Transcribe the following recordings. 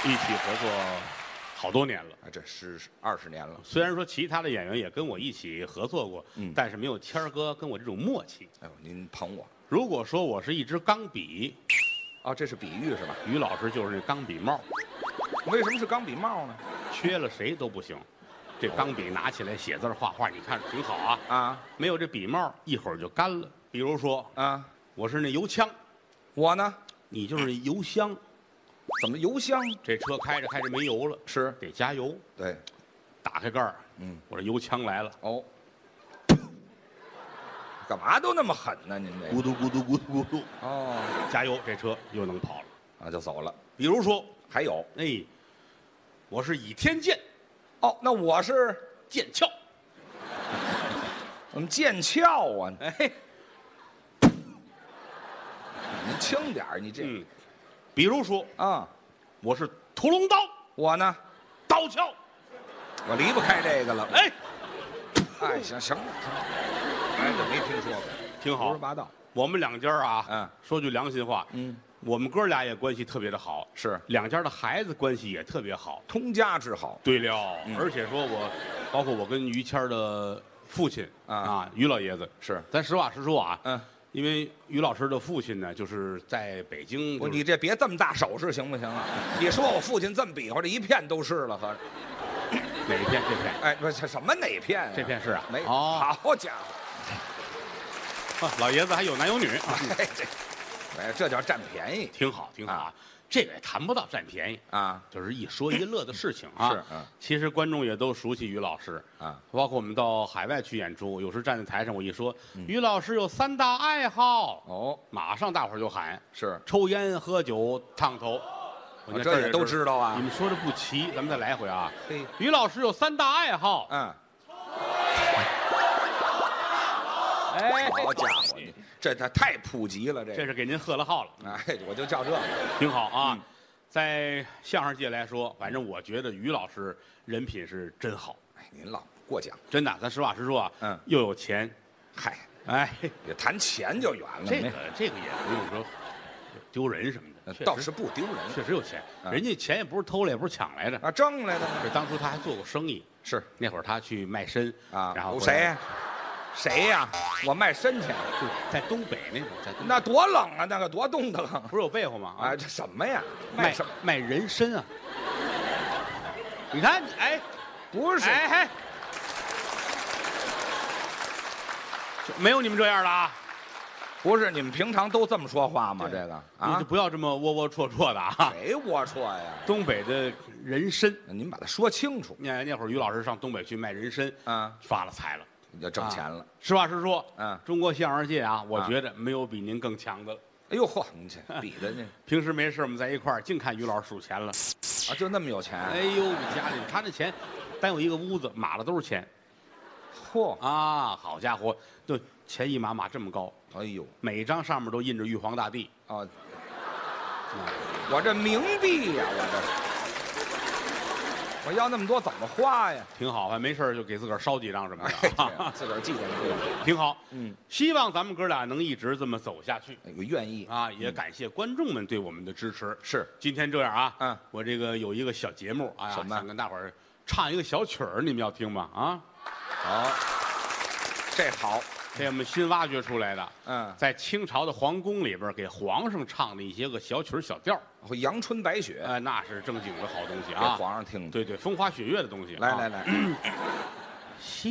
一起合作好多年了。 啊，这是20年了。 虽然说其他的演员也跟我一起合作过，但是没有谦儿哥跟我这种默契。 哎呦，您捧我。 如果说我是一支钢笔， 哦，这是比喻是吧？ 于老师就是那钢笔帽， 为什么是钢笔帽呢？ 缺了谁都不行。这钢笔拿起来写字画画，你看挺好啊。 啊没有这笔帽，一会儿就干了。比如说， 啊， 我是那油枪， 我呢？ 你就是那油箱。 怎么油箱？ 这车开着开着没油了， 是， 得加油。 对， 打开盖儿，我这油枪来了， 哦，干嘛都那么狠呢？您这咕嘟咕嘟咕嘟咕嘟， 哦， 加油，这车又能跑了。 啊就走了。 比如说， 还有哎，我是倚天剑， 哦，那我是剑鞘， 怎么剑鞘啊？ 哎， 您轻点儿，你这比如说， 啊， 我是屠龙刀， 我呢， 刀鞘， 我离不开这个了。 哎， 哎，行了，哎，这没听说过， 挺好胡说。八道。 我们两家啊，说句良心话，我们哥俩也关系特别的好， 是两家的孩子关系也特别好。 通家之好。 对了，而且说包括我跟于谦儿的父亲于老爷子是， 咱实话实说啊， 因因为于老师的父亲呢，就是在北京， 不，你这别这么大手势行不行啊？你说我父亲这么比划，这一片都是了，合着。 哪一片？这片？ 哎，不是什么哪片啊？ 这片是啊， 没。 哦， 好家伙， 老爷子还有男有女啊， 哎，这叫占便宜挺好，挺好啊。这个也谈不到占便宜啊， 就是一说一乐的事情啊。 是， 其实观众也都熟悉于老师啊， 包括我们到海外去演出，有时站在台上，我一说于老师有3大爱好， 哦， 马上大伙儿就喊是抽烟、喝酒、烫头。 这也都知道啊。 你们说的不齐，咱们再来回啊。 嘿， 于老师有3大爱好。哎， 好家伙，这太普及了， 这是给您贺了号了。 哎，我就叫这个， 挺好啊。在相声界来说，反正我觉得于老师人品是真好。 哎，您老过奖， 真的，咱实话实说啊。又有钱， 嗨， 哎， 也谈钱就远了。 这个也不用说丢人什么的， 倒是不丢人， 确实有钱。人家钱也不是偷来，也不是抢来的啊，挣来的。 这当初他还做过生意， 是那会儿他去卖身啊， 然后谁呀？我卖身去， 就在东北那会儿，在那多冷啊，那个多冻得冷。 不是有被窝吗？ 啊，这什么呀？ 卖人参啊！你看，哎， 不是， 哎，没有你们这样的啊！ 不是，你们平常都这么说话吗？这个你就不要这么龌龊龊龊的啊！ 谁龌龊呀？ 东北的人参， 您把它说清楚。 那会儿于老师上东北去卖人参，发了财了。 要挣钱了， 实话实说，中国相声界啊，我觉得没有比您更强的了。 哎呦嚯，你这比的呢？ 平时没事我们在一块儿，净看于老师数钱了。 啊，就那么有钱？ 哎呦，家里他那钱，单有一个屋子码了都是钱。 嚯啊，好家伙，就钱一码这么高。 哎呦， 每一张上面都印着玉皇大帝。 哦，我这冥币呀，我要那么多怎么花呀？ 挺好，还没事就给自个儿烧几张什么的， 自个儿记点挺好。希望咱们哥俩能一直这么走下去。 我愿意啊，也感谢观众们对我们的支持。 是， 今天这样啊，我这个有一个小节目啊，想跟大伙儿唱一个小曲儿，你们要听吗？啊， 好，这好。 这我们新挖掘出来的，在清朝的皇宫里边给皇上唱的一些个小曲小调， 阳春白雪， 那是正经的好东西啊， 给皇上听的， 对对，风花雪月的东西。 来， 小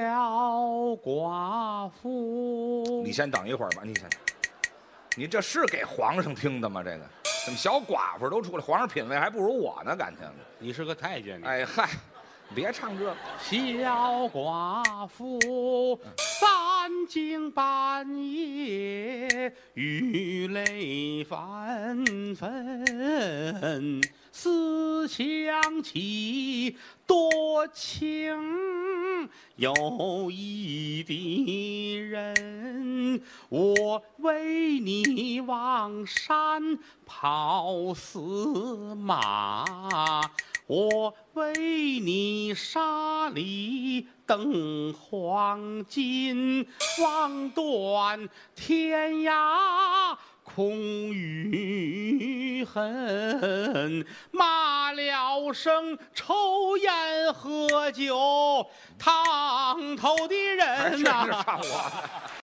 寡妇， 你先等一会儿吧，你这是给皇上听的吗？这个怎么小寡妇都出来？皇上品味还不如我呢，感情。 你是个太监， 哎嗨。别唱这个， 小寡妇3更半夜雨泪纷纷，思想起多情有意的人，我为你往山跑死马，我为你沙里等黄金，望断天涯苦空余恨，骂了声抽烟喝酒，烫头的人呐、 是唱我的。